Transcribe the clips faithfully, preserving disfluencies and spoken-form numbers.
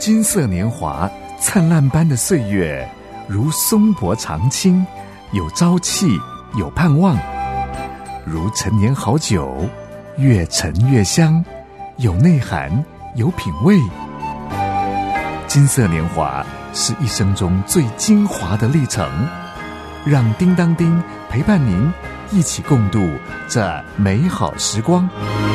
金色年华，灿烂般的岁月，如松柏长青，有朝气，有盼望；如陈年好酒，越陈越香，有内涵，有品味。金色年华是一生中最精华的历程，让叮当叮陪伴您一起共度这美好时光。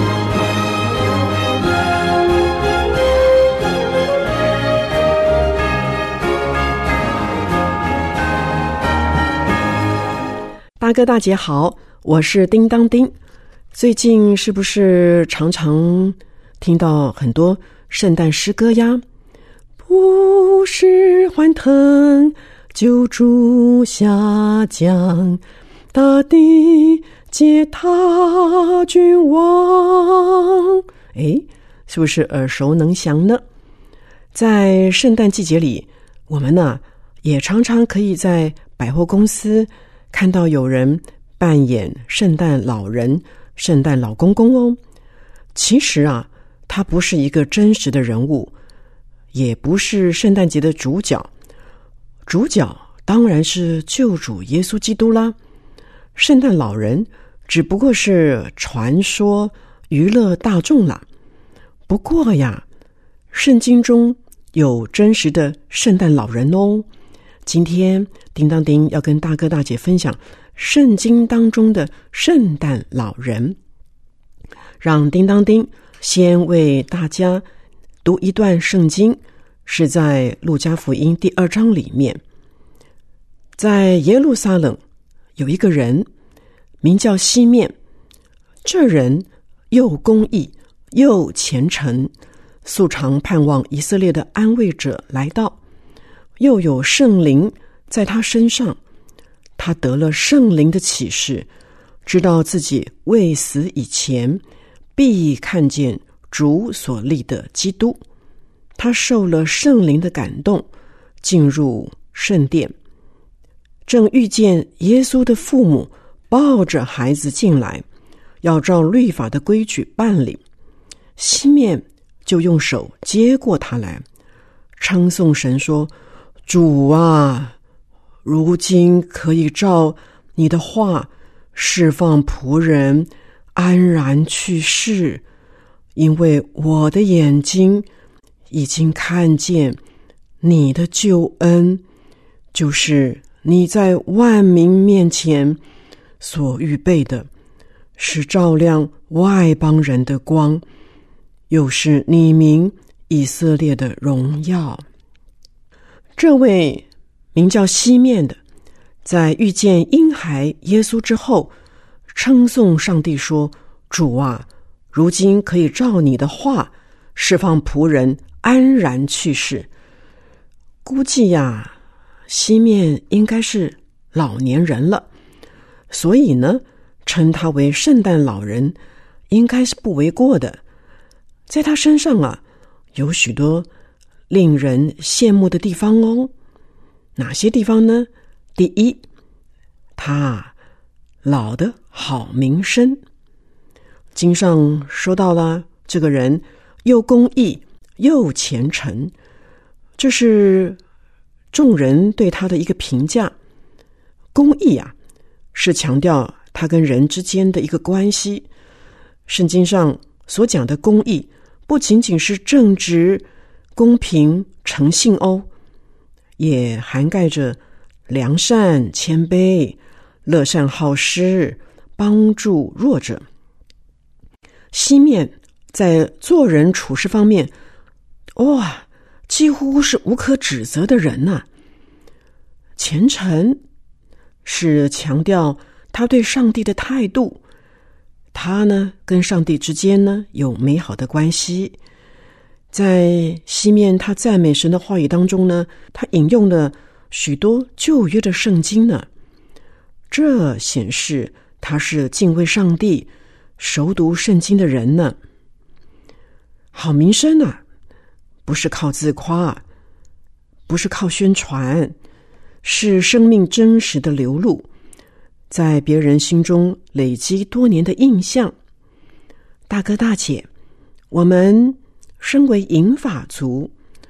大哥大姐好，我是叮当叮。最近是不是常常听到很多圣诞诗歌呀？不是欢腾，救主下降，大地皆他君王。诶，是不是耳熟能详呢？在圣诞季节里，我们呢也常常可以在百货公司看到有人扮演圣诞老人、圣诞老公公哦。其实啊，他不是一个真实的人物，也不是圣诞节的主角。主角当然是救主耶稣基督啦。圣诞老人只不过是传说娱乐大众啦。不过呀，圣经中有真实的圣诞老人哦。今天叮当叮要跟大哥大姐分享圣经当中的圣诞老人。让叮当叮先为大家读一段圣经，是在路加福音第二章里面。在耶路撒冷有一个人名叫西面，这人又公义又虔诚，素常盼望以色列的安慰者来到，又有圣灵在他身上，他得了圣灵的启示，知道自己未死以前必看见主所立的基督。他受了圣灵的感动，进入圣殿，正遇见耶稣的父母抱着孩子进来，要照律法的规矩办理。西面就用手接过他来，称颂神说：主啊，如今可以照你的话释放仆人安然去世，因为我的眼睛已经看见你的救恩，就是你在万民面前所预备的，是照亮外邦人的光，又是你民以色列的荣耀。这位名叫西面的，在遇见婴孩耶稣之后，称颂上帝说：主啊，如今可以照你的话释放仆人安然去世。估计呀，西面应该是老年人了，所以呢，称他为圣诞老人应该是不为过的。在他身上啊，有许多令人羡慕的地方哦。哪些地方呢？第一，他老的好名声。经上说到了，这个人又公义又虔诚，这是众人对他的一个评价。公义啊，是强调他跟人之间的一个关系。圣经上所讲的公义，不仅仅是正直、公平、诚信哦，也涵盖着良善、谦卑、乐善好施、帮助弱者。西面在做人处事方面，哇，几乎是无可指责的人呐、啊。虔诚是强调他对上帝的态度，他呢跟上帝之间呢有美好的关系。在西面他赞美神的话语当中呢，他引用了许多旧约的圣经呢，这显示他是敬畏上帝、熟读圣经的人呢。好名声啊，不是靠自夸，不是靠宣传，是生命真实的流露，在别人心中累积多年的印象。大哥大姐，我们身为银发族，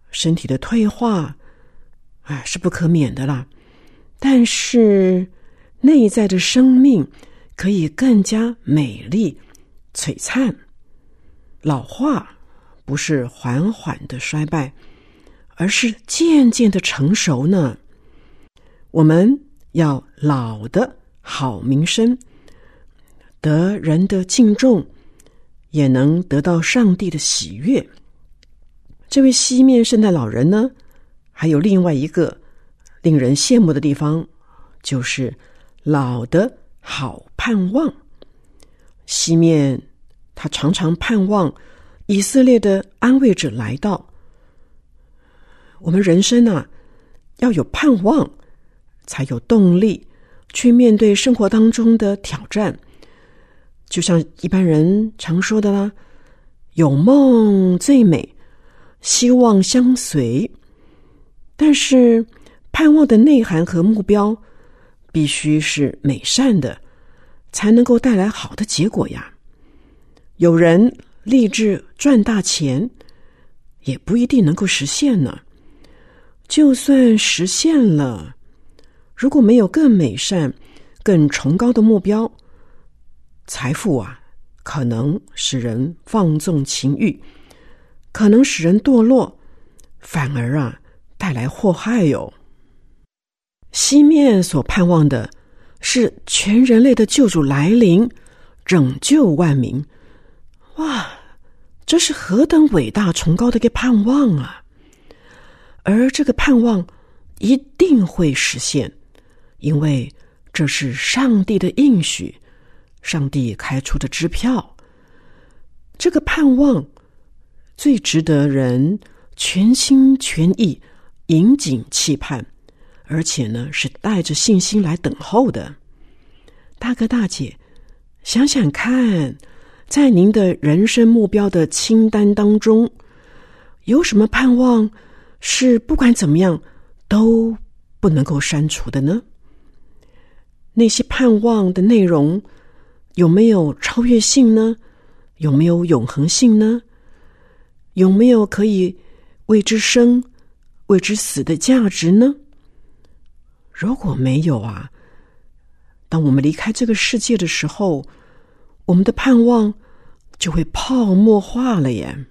身体的退化，哎，是不可免的啦。但是内在的生命可以更加美丽璀璨。老化不是缓缓的衰败，而是渐渐的成熟呢。我们要老的好名声，得人的敬重，也能得到上帝的喜悦。这位西面圣诞老人呢，还有另外一个令人羡慕的地方，就是老的好盼望。西面他常常盼望以色列的安慰者来到。我们人生啊，要有盼望，才有动力去面对生活当中的挑战。就像一般人常说的啦，有梦最美，希望相随。但是盼望的内涵和目标必须是美善的，才能够带来好的结果呀。有人立志赚大钱，也不一定能够实现呢。就算实现了，如果没有更美善、更崇高的目标，财富啊，可能使人放纵情欲，可能使人堕落，反而啊，带来祸害哟。西面所盼望的是全人类的救主来临，拯救万民。哇，这是何等伟大崇高的一个盼望啊！而这个盼望一定会实现，因为这是上帝的应许，上帝开出的支票。这个盼望最值得人全心全意引颈期盼，而且呢是带着信心来等候的。大哥大姐，想想看，在您的人生目标的清单当中，有什么盼望是不管怎么样都不能够删除的呢？那些盼望的内容有没有超越性呢？有没有永恒性呢？有没有可以为之生为之死的价值呢？如果没有啊，当我们离开这个世界的时候，我们的盼望就会泡沫化了耶。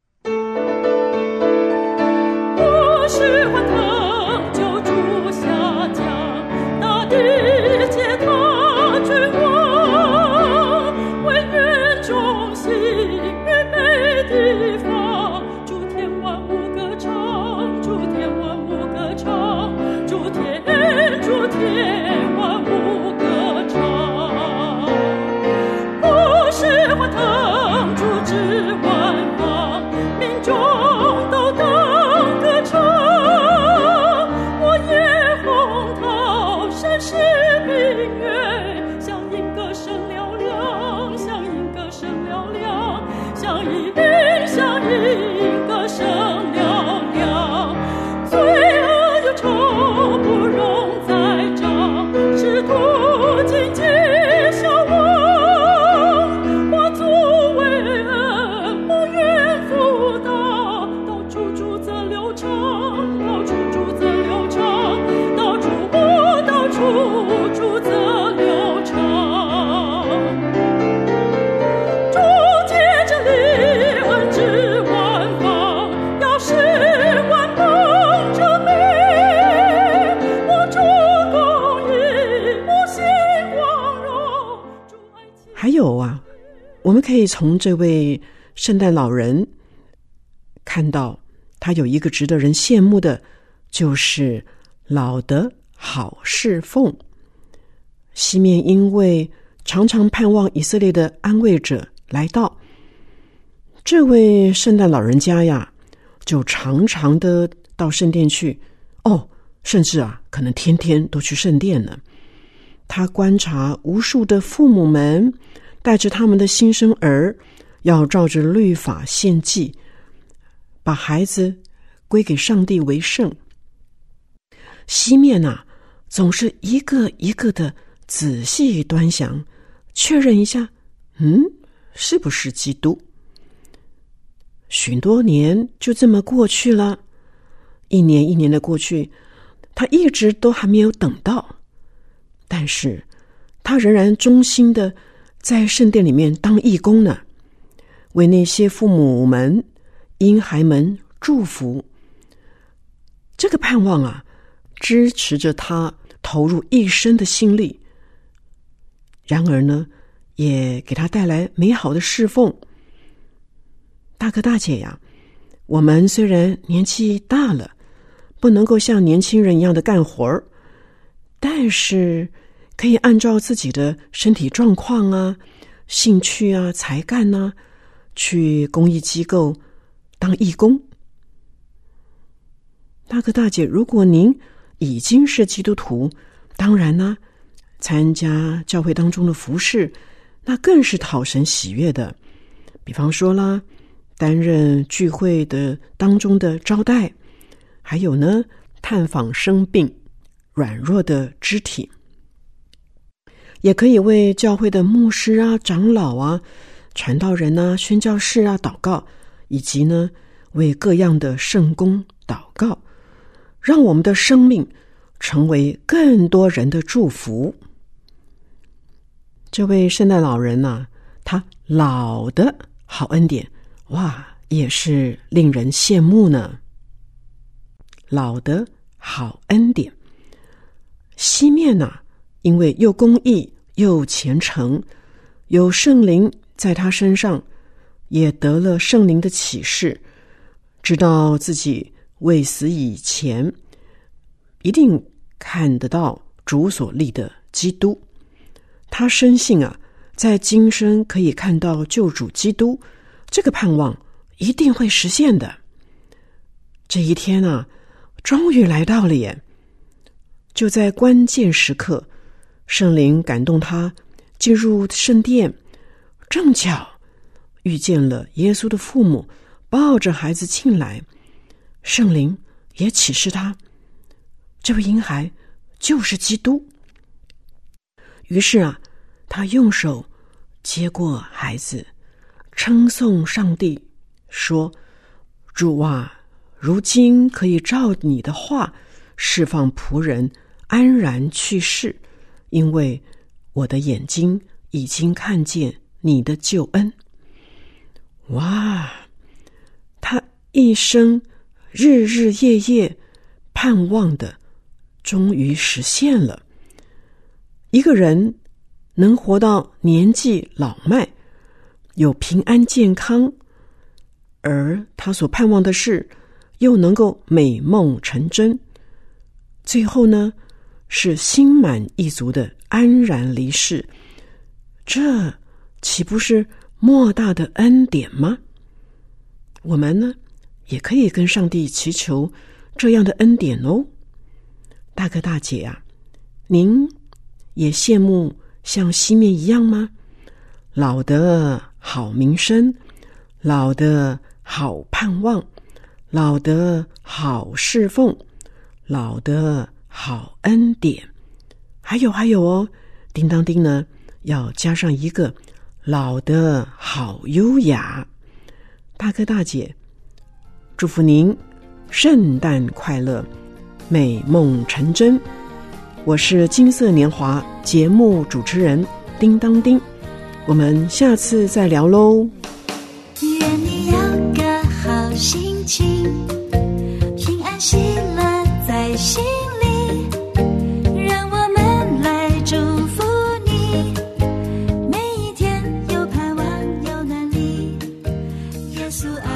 我是欢腾救主下降，大地皆他君王，为园中心与美地方，诸天万物歌唱，诸天万物歌唱，诸天诸天万物歌唱。我是欢腾主之万方，民众都当歌唱。我也洪涛声势明月，响应歌声嘹亮，响应歌声嘹亮，响应响应歌声嘹亮。罪恶忧愁不容再长，使徒尽皆消亡。化作为恩，蒙冤负大，到处主则流畅，到处主则流畅，到处到处主则流畅。主借真理恩治万方，要使万邦证明。我主公义，我心光荣，主爱情。 还有啊，我们可以从这位圣诞老人看到，他有一个值得人羡慕的，就是老的好侍奉。西面因为常常盼望以色列的安慰者来到，这位圣诞老人家呀，就常常的到圣殿去，哦，甚至啊，可能天天都去圣殿呢。他观察无数的父母们带着他们的新生儿，要照着律法献祭，把孩子归给上帝为圣。西面啊，总是一个一个的仔细端详，确认一下，嗯，是不是基督？许多年就这么过去了， 一年一年的过去，他一直都还没有等到，但是他仍然忠心的在圣殿里面当义工呢，为那些父母们、婴孩们祝福。这个盼望啊，支持着他投入一生的心力，然而呢，也给他带来美好的侍奉。大哥大姐呀，我们虽然年纪大了，不能够像年轻人一样的干活儿，但是可以按照自己的身体状况啊、兴趣啊、才干啊，去公益机构当义工。大哥大姐，如果您已经是基督徒，当然呢，参加教会当中的服事，那更是讨神喜悦的。比方说啦，担任聚会的当中的招待，还有呢，探访生病软弱的肢体，也可以为教会的牧师啊、长老啊、传道人啊、宣教士啊祷告，以及呢，为各样的圣工祷告，让我们的生命成为更多人的祝福。这位圣诞老人啊，他老的好恩典，哇，也是令人羡慕呢。老的好恩典，西面啊，因为又公义又虔诚，有圣灵在他身上，也得了圣灵的启示，知道自己未死以前一定看得到主所立的基督。他深信啊，在今生可以看到救主基督，这个盼望一定会实现的。这一天啊，终于来到了耶！就在关键时刻，圣灵感动他进入圣殿，正巧遇见了耶稣的父母抱着孩子进来，圣灵也启示他，这位婴孩就是基督。于是啊，他用手接过孩子，称颂上帝，说：主啊，如今可以照你的话释放仆人安然去世，因为我的眼睛已经看见你的救恩。哇，他一生日日夜夜盼望的终于实现了。一个人能活到年纪老迈，有平安健康，而他所盼望的事又能够美梦成真，最后呢，是心满意足的安然离世，这岂不是莫大的恩典吗？我们呢，也可以跟上帝祈求这样的恩典哦。大哥大姐啊，您也羡慕像西面一样吗？老的好名声，老的好盼望，老的好侍奉，老的好恩典，还有还有哦，叮当叮呢，要加上一个老的好优雅。大哥大姐，祝福您圣诞快乐，美梦成真。我是金色年华节目主持人叮当叮，我们下次再聊喽。 愿你有个好心情，平安喜乐在心里，让我们来祝福你，每一天有盼望有能力，耶稣爱